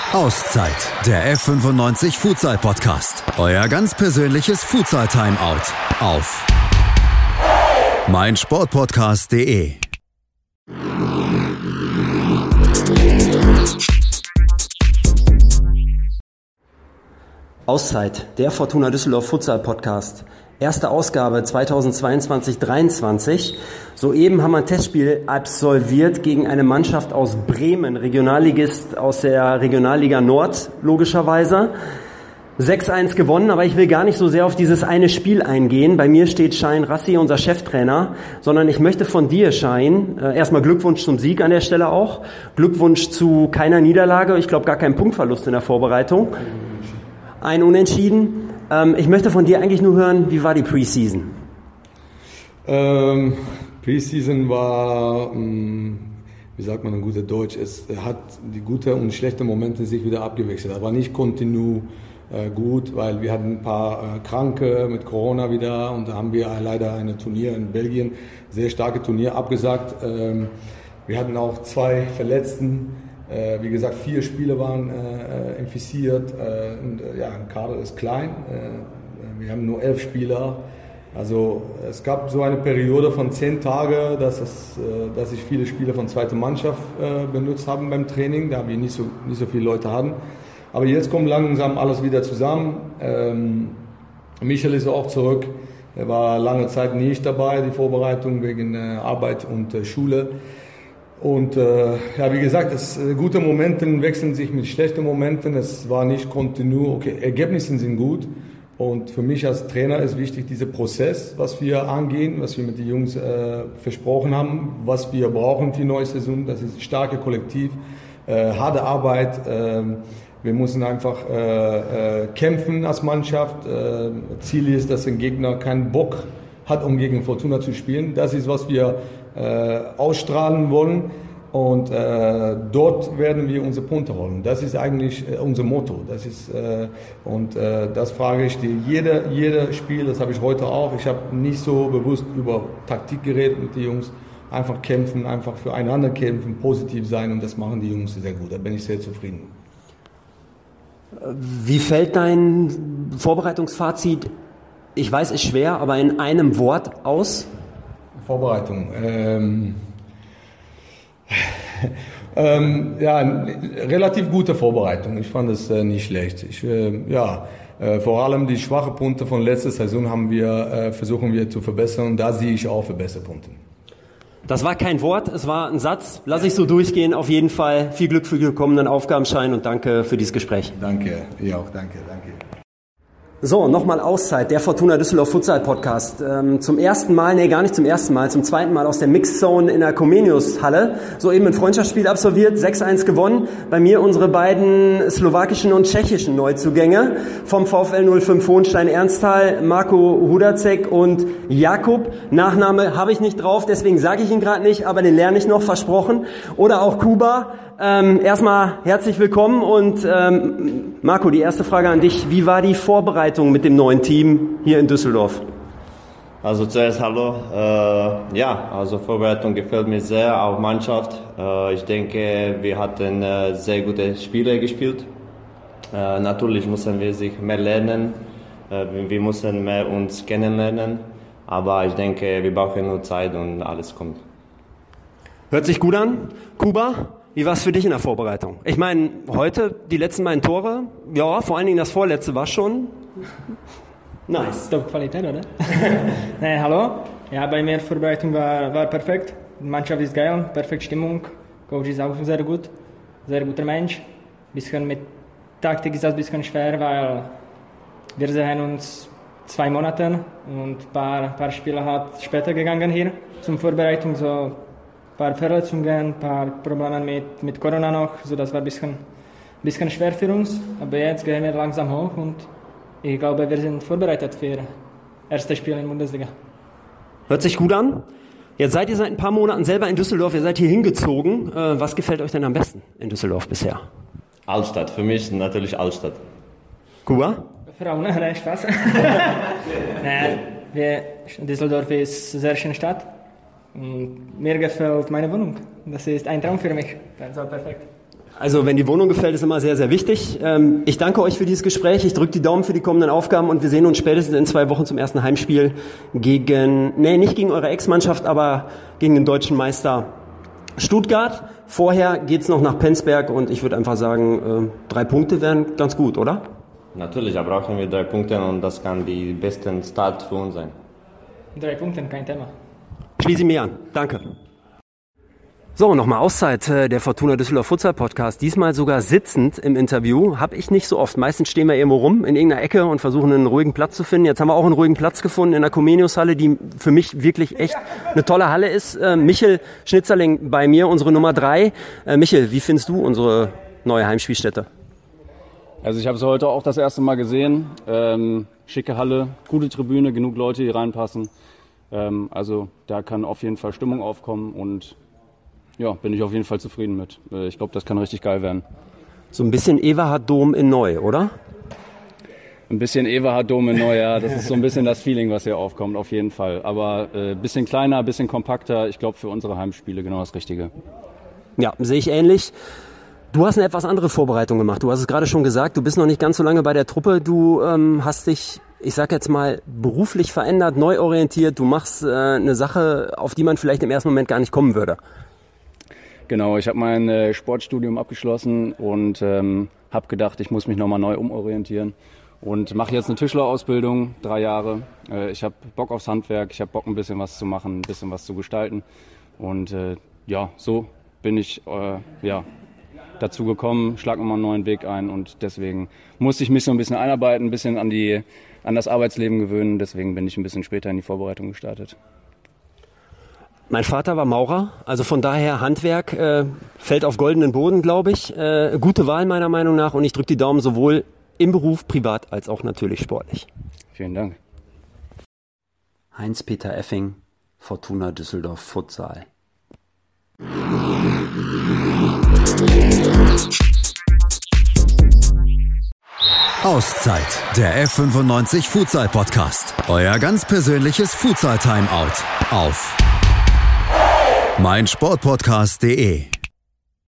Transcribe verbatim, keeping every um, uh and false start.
Auszeit, der F fünfundneunzig Futsal Podcast. Euer ganz persönliches Futsal Timeout auf meinsportpodcast punkt de. Auszeit, der Fortuna Düsseldorf Futsal Podcast. Erste Ausgabe zweitausendzweiundzwanzig dreiundzwanzig. Soeben haben wir ein Testspiel absolviert gegen eine Mannschaft aus Bremen, Regionalligist aus der Regionalliga Nord, logischerweise. sechs eins gewonnen, aber ich will gar nicht so sehr auf dieses eine Spiel eingehen. Bei mir steht Schein Rassi, unser Cheftrainer, sondern ich möchte von dir, Schein, äh, erstmal Glückwunsch zum Sieg an der Stelle auch. Glückwunsch zu keiner Niederlage, ich glaube gar kein Punktverlust in der Vorbereitung. Ein Unentschieden. Ähm, ich möchte von dir eigentlich nur hören, wie war die Preseason? Ähm, Preseason war, mh, wie sagt man in guter Deutsch, es hat die guten und schlechten Momente sich wieder abgewechselt, aber nicht kontinu äh, gut, weil wir hatten ein paar äh, Kranke mit Corona wieder und da haben wir leider ein Turnier in Belgien, sehr starke Turnier abgesagt. Ähm, wir hatten auch zwei Verletzten. Äh, wie gesagt, vier Spieler waren äh, infiziert äh, und äh, ja, ein Kader ist klein. Äh, wir haben nur elf Spieler. Also es gab so eine Periode von zehn Tagen, dass, es, äh, dass sich viele Spieler von zweiter Mannschaft äh, benutzt haben beim Training, da wir nicht so, nicht so viele Leute hatten. Aber jetzt kommt langsam alles wieder zusammen. Ähm, Michael ist auch zurück. Er war lange Zeit nicht dabei, die Vorbereitung wegen äh, Arbeit und äh, Schule. Und äh, ja, wie gesagt, es, äh, gute Momente wechseln sich mit schlechten Momenten. Es war nicht kontinu. Okay, Ergebnisse sind gut. Und für mich als Trainer ist wichtig dieser Prozess, was wir angehen, was wir mit den Jungs äh, versprochen haben, was wir brauchen für die neue Saison. Das ist starke Kollektiv, äh, harte Arbeit. Äh, wir müssen einfach äh, äh, kämpfen als Mannschaft. Äh, Ziel ist, dass ein Gegner keinen Bock hat, um gegen Fortuna zu spielen. Das ist, was wir Äh, ausstrahlen wollen und äh, dort werden wir unsere Punkte holen. Das ist eigentlich äh, unser Motto. Das ist, äh, und äh, das frage ich dir, jeder, jeder Spiel, das habe ich heute auch. Ich habe nicht so bewusst über Taktik geredet mit den Jungs. Einfach kämpfen, einfach füreinander kämpfen, positiv sein und das machen die Jungs sehr gut. Da bin ich sehr zufrieden. Wie fällt dein Vorbereitungsfazit, ich weiß, ist schwer, aber in einem Wort aus? Vorbereitung. Ähm, ähm, ja, relativ gute Vorbereitung. Ich fand es äh, nicht schlecht. Ich, äh, ja, äh, vor allem die schwachen Punkte von letzter Saison haben wir, äh, versuchen wir zu verbessern. Da sehe ich auch Verbesserpunkte. Das war kein Wort, es war ein Satz. Lass ich so durchgehen. Auf jeden Fall viel Glück für die kommenden Aufgabenschein und danke für dieses Gespräch. Danke, ihr auch, danke, danke. So, nochmal Auszeit, der Fortuna Düsseldorf Futsal Podcast. Ähm, zum ersten Mal, nee, gar nicht zum ersten Mal, zum zweiten Mal aus der Mixzone in der Comenius-Halle. Soeben ein Freundschaftsspiel absolviert, sechs eins gewonnen. Bei mir unsere beiden slowakischen und tschechischen Neuzugänge vom VfL null fünf Hohenstein-Ernsthal, Marco Hudacek und Jakub. Nachname habe ich nicht drauf, deswegen sage ich ihn gerade nicht, aber den lerne ich noch, versprochen. Oder auch Kuba. Ähm, erstmal herzlich willkommen und ähm, Marco, die erste Frage an dich. Wie war die Vorbereitung mit dem neuen Team hier in Düsseldorf? Also zuerst hallo. Äh, ja, also Vorbereitung gefällt mir sehr, auch Mannschaft. Äh, ich denke, wir hatten äh, sehr gute Spiele gespielt. Äh, natürlich müssen wir sich mehr lernen. Äh, wir müssen mehr uns kennenlernen. Aber ich denke, wir brauchen nur Zeit und alles kommt. Hört sich gut an. Kuba? Wie war es für dich in der Vorbereitung? Ich meine, heute die letzten beiden Tore, ja, vor allen Dingen das vorletzte war schon nice. Top-Qualität, oder? Nein, hallo. Ja, bei mir Vorbereitung war, war perfekt. Die Mannschaft ist geil, perfekte Stimmung. Coach ist auch sehr gut, sehr guter Mensch. Bisschen mit Taktik ist das ein bisschen schwer, weil wir sehen uns zwei Monate und ein paar, paar Spieler hat später gegangen hier zum Vorbereitung, so ein paar Verletzungen, ein paar Probleme mit, mit Corona noch, so das war ein bisschen, bisschen schwer für uns. Aber jetzt gehen wir langsam hoch und ich glaube, wir sind vorbereitet für das erste Spiel in der Bundesliga. Hört sich gut an. Jetzt seid ihr seit ein paar Monaten selber in Düsseldorf, ihr seid hier hingezogen. Äh, was gefällt euch denn am besten in Düsseldorf bisher? Altstadt, für mich natürlich Altstadt. Kuba? Frauen, nein, Spaß. Nein, wir, Düsseldorf ist eine sehr schöne Stadt. Und mir gefällt meine Wohnung. Das ist ein Traum für mich. Das war perfekt. Also wenn die Wohnung gefällt, ist immer sehr, sehr wichtig. Ich danke euch für dieses Gespräch. Ich drücke die Daumen für die kommenden Aufgaben und wir sehen uns spätestens in zwei Wochen zum ersten Heimspiel gegen, nee, nicht gegen eure Ex-Mannschaft, aber gegen den deutschen Meister Stuttgart. Vorher geht's noch nach Penzberg und ich würde einfach sagen, drei Punkte wären ganz gut, oder? Natürlich, da brauchen wir drei Punkte und das kann die besten Start für uns sein. Drei Punkte, kein Thema. Schließe ich mich an. Danke. So, nochmal Auszeit, der Fortuna Düsseldorf Futsal Podcast. Diesmal sogar sitzend im Interview. Hab ich nicht so oft. Meistens stehen wir irgendwo rum in irgendeiner Ecke und versuchen einen ruhigen Platz zu finden. Jetzt haben wir auch einen ruhigen Platz gefunden in der Comenius-Halle, die für mich wirklich echt eine tolle Halle ist. Äh, Michel Schnitzerling bei mir, unsere Nummer drei. Äh, Michel, wie findest du unsere neue Heimspielstätte? Also ich habe sie heute auch das erste Mal gesehen. Ähm, schicke Halle, gute Tribüne, genug Leute, die reinpassen. Ähm, also da kann auf jeden Fall Stimmung aufkommen und ja, bin ich auf jeden Fall zufrieden mit. Ich glaube, das kann richtig geil werden. So ein bisschen Everhard-Dom in neu, oder? Ein bisschen Everhard-Dom in neu, ja. Das ist so ein bisschen das Feeling, was hier aufkommt, auf jeden Fall. Aber ein äh, bisschen kleiner, ein bisschen kompakter. Ich glaube, für unsere Heimspiele genau das Richtige. Ja, sehe ich ähnlich. Du hast eine etwas andere Vorbereitung gemacht. Du hast es gerade schon gesagt, du bist noch nicht ganz so lange bei der Truppe. Du ähm, hast dich, ich sag jetzt mal, beruflich verändert, neu orientiert. Du machst äh, eine Sache, auf die man vielleicht im ersten Moment gar nicht kommen würde. Genau, ich habe mein äh, Sportstudium abgeschlossen und ähm, habe gedacht, ich muss mich nochmal neu umorientieren und mache jetzt eine Tischlerausbildung, drei Jahre. Äh, ich habe Bock aufs Handwerk, ich habe Bock ein bisschen was zu machen, ein bisschen was zu gestalten und äh, ja, so bin ich äh, ja, dazu gekommen, schlag nochmal einen neuen Weg ein und deswegen musste ich mich so ein bisschen einarbeiten, ein bisschen an, die, an das Arbeitsleben gewöhnen, deswegen bin ich ein bisschen später in die Vorbereitung gestartet. Mein Vater war Maurer, also von daher Handwerk äh, fällt auf goldenen Boden, glaube ich. Äh, gute Wahl meiner Meinung nach und ich drücke die Daumen sowohl im Beruf, privat als auch natürlich sportlich. Vielen Dank. Heinz-Peter Effing, Fortuna Düsseldorf Futsal. Auszeit, der F fünfundneunzig Futsal Podcast. Euer ganz persönliches Futsal Timeout auf meinsportpodcast punkt de.